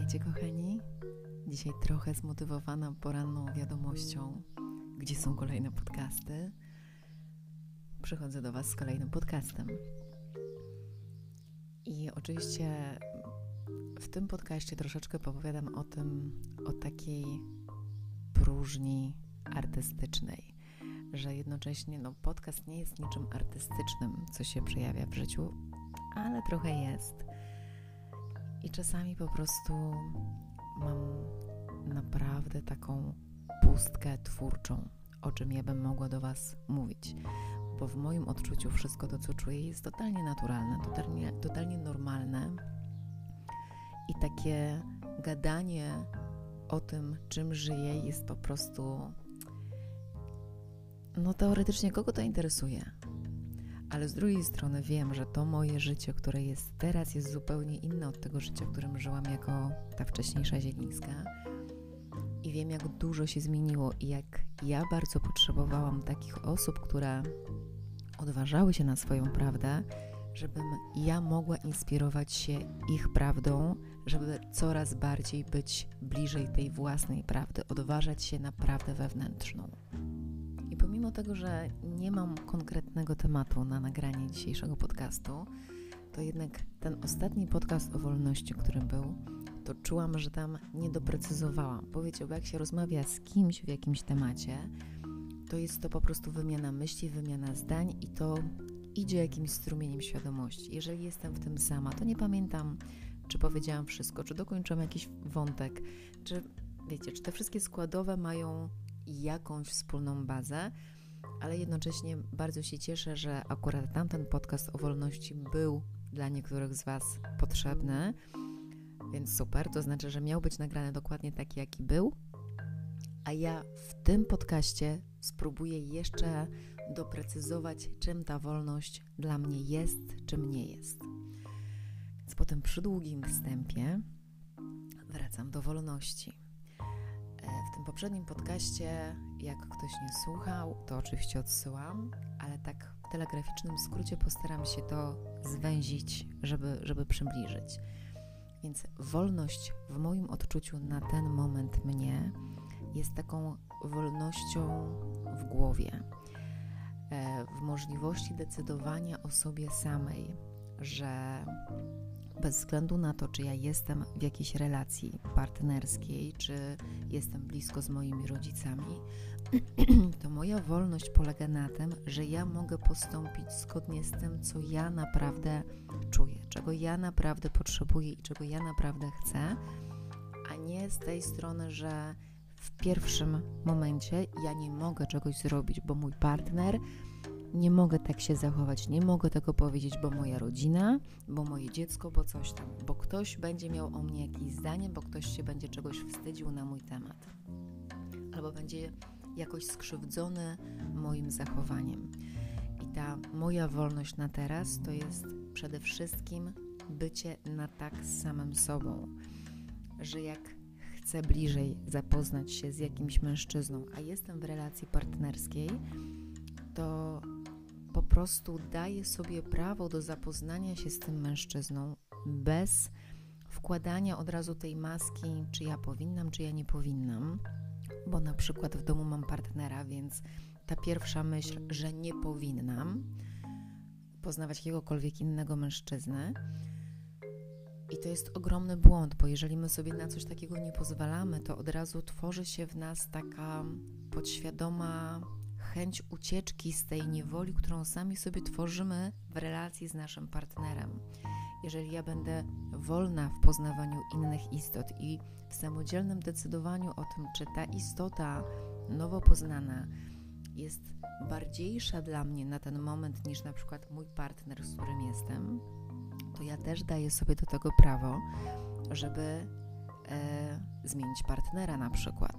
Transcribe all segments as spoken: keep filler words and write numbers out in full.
Witajcie kochani. Dzisiaj trochę zmotywowana poranną wiadomością, gdzie są kolejne podcasty. Przychodzę do Was z kolejnym podcastem. I oczywiście w tym podcaście troszeczkę opowiadam o tym, o takiej próżni artystycznej, że jednocześnie no, podcast nie jest niczym artystycznym, co się przejawia w życiu, ale trochę jest. I czasami po prostu mam naprawdę taką pustkę twórczą, o czym ja bym mogła do Was mówić. Bo w moim odczuciu wszystko to, co czuję, jest totalnie naturalne, totalnie, totalnie normalne. I takie gadanie o tym, czym żyję, jest po prostu... No teoretycznie kogo to interesuje? Ale z drugiej strony wiem, że to moje życie, które jest teraz, jest zupełnie inne od tego życia, w którym żyłam jako ta wcześniejsza Zielińska. I wiem, jak dużo się zmieniło i jak ja bardzo potrzebowałam takich osób, które odważały się na swoją prawdę, żebym ja mogła inspirować się ich prawdą, żeby coraz bardziej być bliżej tej własnej prawdy, odważać się na prawdę wewnętrzną. I pomimo tego, że nie mam konkretnego tematu na nagranie dzisiejszego podcastu, to jednak ten ostatni podcast o wolności, który był, to czułam, że tam nie doprecyzowałam. Bo wiecie, bo jak się rozmawia z kimś w jakimś temacie, to jest to po prostu wymiana myśli, wymiana zdań i to idzie jakimś strumieniem świadomości. Jeżeli jestem w tym sama, to nie pamiętam, czy powiedziałam wszystko, czy dokończyłam jakiś wątek, czy wiecie, czy te wszystkie składowe mają jakąś wspólną bazę, ale jednocześnie bardzo się cieszę, że akurat tamten podcast o wolności był dla niektórych z Was potrzebny, więc super, to znaczy, że miał być nagrany dokładnie taki, jaki był, a ja w tym podcaście spróbuję jeszcze doprecyzować, czym ta wolność dla mnie jest, czym nie jest. Więc po tym przydługim wstępie wracam do wolności. W tym poprzednim podcaście, jak ktoś nie słuchał, to oczywiście odsyłam, ale tak w telegraficznym skrócie postaram się to zwęzić, żeby, żeby przybliżyć. Więc wolność w moim odczuciu na ten moment mnie jest taką wolnością w głowie, w możliwości decydowania o sobie samej, że bez względu na to, czy ja jestem w jakiejś relacji partnerskiej, czy jestem blisko z moimi rodzicami, to moja wolność polega na tym, że ja mogę postąpić zgodnie z tym, co ja naprawdę czuję, czego ja naprawdę potrzebuję i czego ja naprawdę chcę, a nie z tej strony, że w pierwszym momencie ja nie mogę czegoś zrobić, bo mój partner, nie mogę tak się zachować, nie mogę tego powiedzieć, bo moja rodzina, bo moje dziecko, bo coś tam, bo ktoś będzie miał o mnie jakieś zdanie, bo ktoś się będzie czegoś wstydził na mój temat. Albo będzie jakoś skrzywdzony moim zachowaniem. I ta moja wolność na teraz to jest przede wszystkim bycie na tak z samym sobą, że jak chcę bliżej zapoznać się z jakimś mężczyzną, a jestem w relacji partnerskiej, to po prostu daję sobie prawo do zapoznania się z tym mężczyzną bez wkładania od razu tej maski, czy ja powinnam, czy ja nie powinnam, bo na przykład w domu mam partnera, więc ta pierwsza myśl, że nie powinnam poznawać jakiegokolwiek innego mężczyznę, i to jest ogromny błąd, bo jeżeli my sobie na coś takiego nie pozwalamy, to od razu tworzy się w nas taka podświadoma chęć ucieczki z tej niewoli, którą sami sobie tworzymy w relacji z naszym partnerem. Jeżeli ja będę wolna w poznawaniu innych istot i w samodzielnym decydowaniu o tym, czy ta istota nowo poznana jest bardziejsza dla mnie na ten moment niż na przykład mój partner, z którym jestem, to ja też daję sobie do tego prawo, żeby e, zmienić partnera na przykład.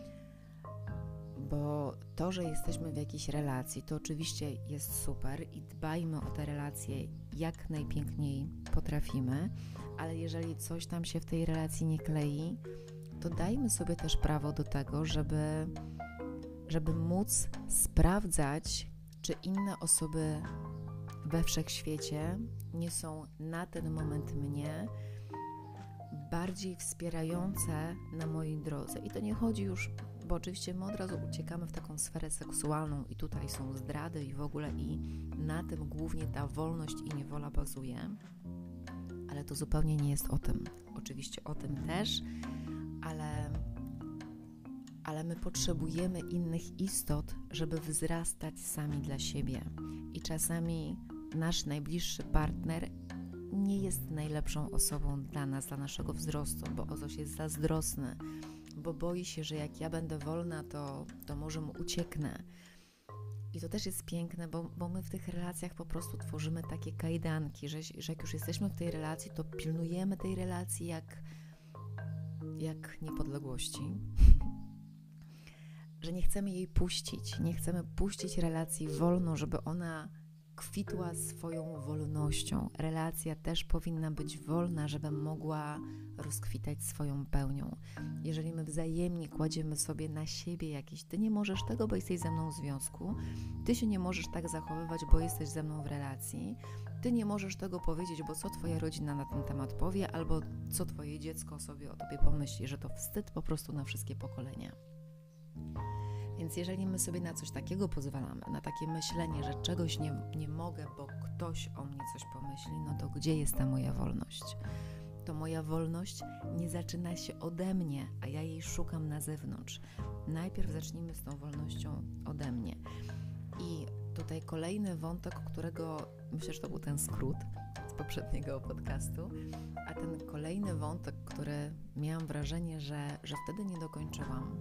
Bo to, że jesteśmy w jakiejś relacji, to oczywiście jest super i dbajmy o te relacje jak najpiękniej potrafimy, ale jeżeli coś tam się w tej relacji nie klei, to dajmy sobie też prawo do tego, żeby, żeby móc sprawdzać, czy inne osoby we wszechświecie nie są na ten moment mnie bardziej wspierające na mojej drodze. I to nie chodzi już, bo oczywiście my od razu uciekamy w taką sferę seksualną i tutaj są zdrady i w ogóle i na tym głównie ta wolność i niewola bazuje, ale to zupełnie nie jest o tym. Oczywiście o tym też, ale, ale my potrzebujemy innych istot, żeby wzrastać sami dla siebie. I czasami nasz najbliższy partner nie jest najlepszą osobą dla nas, dla naszego wzrostu, bo o coś jest zazdrosny, bo boi się, że jak ja będę wolna, to, to może mu ucieknę. I to też jest piękne, bo, bo my w tych relacjach po prostu tworzymy takie kajdanki, że, że jak już jesteśmy w tej relacji, to pilnujemy tej relacji jak, jak niepodległości. Że nie chcemy jej puścić, nie chcemy puścić relacji wolno, żeby ona kwitła swoją wolnością. Relacja też powinna być wolna, żeby mogła rozkwitać swoją pełnią. Jeżeli my wzajemnie kładziemy sobie na siebie jakieś, ty nie możesz tego, bo jesteś ze mną w związku, ty się nie możesz tak zachowywać, bo jesteś ze mną w relacji, ty nie możesz tego powiedzieć, bo co twoja rodzina na ten temat powie, albo co twoje dziecko sobie o tobie pomyśli, że to wstyd po prostu na wszystkie pokolenia. Więc jeżeli my sobie na coś takiego pozwalamy, na takie myślenie, że czegoś nie, nie mogę, bo ktoś o mnie coś pomyśli, no to gdzie jest ta moja wolność? To moja wolność nie zaczyna się ode mnie, a ja jej szukam na zewnątrz. Najpierw zacznijmy z tą wolnością ode mnie. I tutaj kolejny wątek, którego myślę, że to był ten skrót z poprzedniego podcastu, a ten kolejny wątek, który miałam wrażenie, że, że wtedy nie dokończyłam,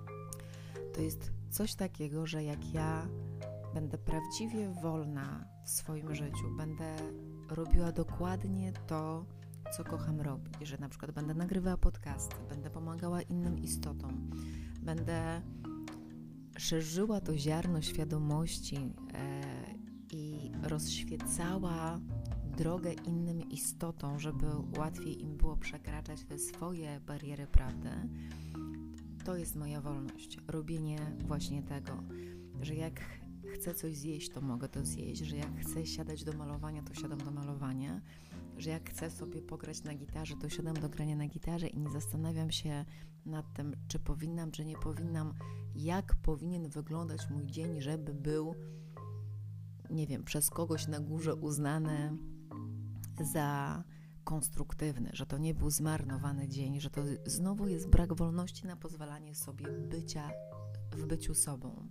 to jest coś takiego, że jak ja będę prawdziwie wolna w swoim życiu, będę robiła dokładnie to, co kocham robić, że na przykład będę nagrywała podcasty, będę pomagała innym istotom, będę szerzyła to ziarno świadomości e, i rozświecała drogę innym istotom, żeby łatwiej im było przekraczać te swoje bariery prawdy. To jest moja wolność, robienie właśnie tego, że jak chcę coś zjeść, to mogę to zjeść, że jak chcę siadać do malowania, to siadam do malowania, że jak chcę sobie pograć na gitarze, to siadam do grania na gitarze i nie zastanawiam się nad tym, czy powinnam, czy nie powinnam, jak powinien wyglądać mój dzień, żeby był, nie wiem, przez kogoś na górze uznany za konstruktywny, że to nie był zmarnowany dzień, że to znowu jest brak wolności na pozwalanie sobie bycia w byciu sobą.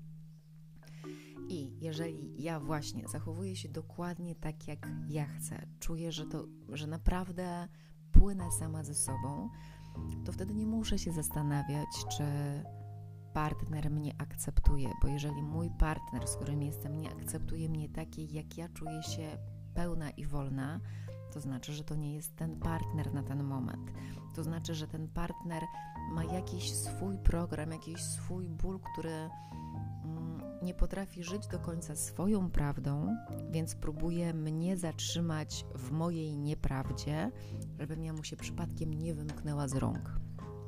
I jeżeli ja właśnie zachowuję się dokładnie tak, jak ja chcę, czuję, że to, że naprawdę płynę sama ze sobą, to wtedy nie muszę się zastanawiać, czy partner mnie akceptuje, bo jeżeli mój partner, z którym jestem, nie akceptuje mnie takiej, jak ja czuję się pełna i wolna, to znaczy, że to nie jest ten partner na ten moment. To znaczy, że ten partner ma jakiś swój program, jakiś swój ból, który mm, nie potrafi żyć do końca swoją prawdą, więc próbuje mnie zatrzymać w mojej nieprawdzie, żebym ja mu się przypadkiem nie wymknęła z rąk.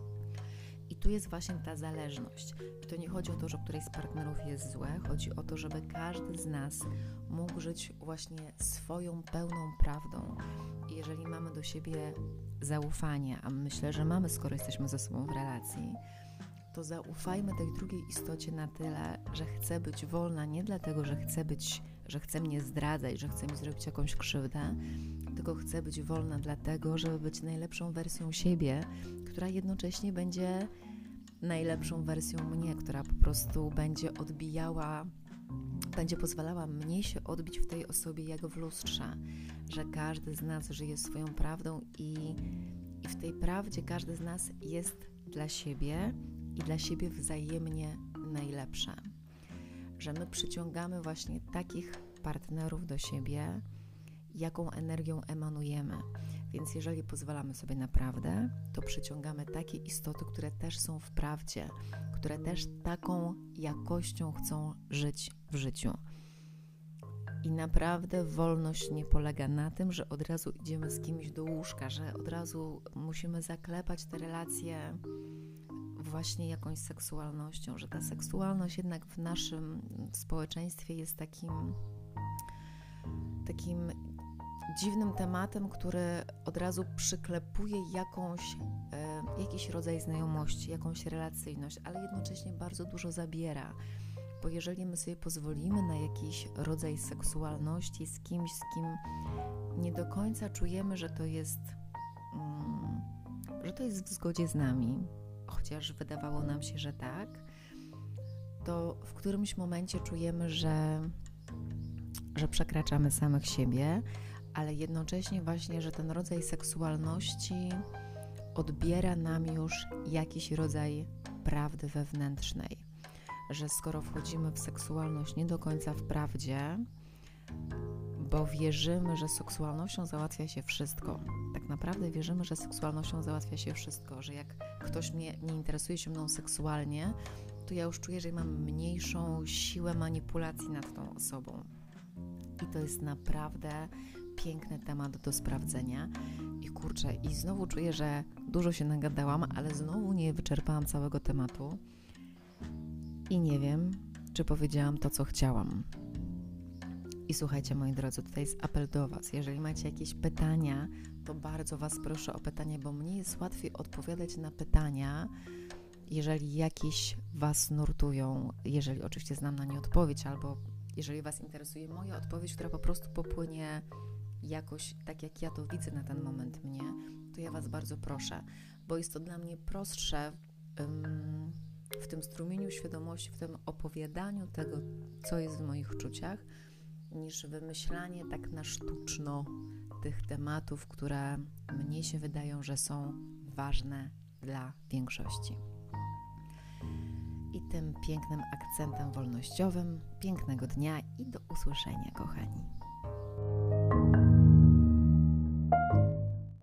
I tu jest właśnie ta zależność. I to nie chodzi o to, że któryś z partnerów jest złe, chodzi o to, żeby każdy z nas mógł żyć właśnie swoją pełną prawdą. I jeżeli mamy do siebie zaufanie, a myślę, że mamy, skoro jesteśmy ze sobą w relacji, to zaufajmy tej drugiej istocie na tyle, że chcę być wolna nie dlatego, że chcę być, że chce mnie zdradzać, że chce mi zrobić jakąś krzywdę, tylko chcę być wolna dlatego, żeby być najlepszą wersją siebie, która jednocześnie będzie najlepszą wersją mnie, która po prostu będzie odbijała, będzie pozwalała mnie się odbić w tej osobie jak w lustrze, że każdy z nas żyje swoją prawdą i, i w tej prawdzie każdy z nas jest dla siebie i dla siebie wzajemnie najlepsze. Że my przyciągamy właśnie takich partnerów do siebie, jaką energią emanujemy. Więc jeżeli pozwalamy sobie na prawdę, to przyciągamy takie istoty, które też są w prawdzie, które też taką jakością chcą żyć w życiu. I naprawdę wolność nie polega na tym, że od razu idziemy z kimś do łóżka, że od razu musimy zaklepać te relacje właśnie jakąś seksualnością, że ta seksualność jednak w naszym społeczeństwie jest takim takim dziwnym tematem, który od razu przyklepuje jakąś, e, jakiś rodzaj znajomości, jakąś relacyjność, ale jednocześnie bardzo dużo zabiera. Bo jeżeli my sobie pozwolimy na jakiś rodzaj seksualności z kimś, z kim nie do końca czujemy, że to jest, mm, że to jest w zgodzie z nami, chociaż wydawało nam się, że tak, to w którymś momencie czujemy, że, że przekraczamy samych siebie, ale jednocześnie właśnie, że ten rodzaj seksualności odbiera nam już jakiś rodzaj prawdy wewnętrznej. Że skoro wchodzimy w seksualność nie do końca w prawdzie, bo wierzymy, że seksualnością załatwia się wszystko. Tak naprawdę wierzymy, że seksualnością załatwia się wszystko, że jak ktoś mnie nie interesuje się mną seksualnie, to ja już czuję, że mam mniejszą siłę manipulacji nad tą osobą. I to jest naprawdę piękny temat do sprawdzenia. I kurczę, i znowu czuję, że dużo się nagadałam, ale znowu nie wyczerpałam całego tematu. I nie wiem, czy powiedziałam to, co chciałam. I słuchajcie, moi drodzy, tutaj jest apel do Was. Jeżeli macie jakieś pytania, to bardzo Was proszę o pytanie, bo mnie jest łatwiej odpowiadać na pytania, jeżeli jakieś Was nurtują, jeżeli oczywiście znam na nie odpowiedź, albo jeżeli Was interesuje moja odpowiedź, która po prostu popłynie jakoś tak, jak ja to widzę na ten moment mnie, to ja Was bardzo proszę, bo jest to dla mnie prostsze um, w tym strumieniu świadomości, w tym opowiadaniu tego, co jest w moich czuciach, niż wymyślanie tak na sztuczno tych tematów, które mnie się wydają, że są ważne dla większości. I tym pięknym akcentem wolnościowym pięknego dnia i do usłyszenia, kochani.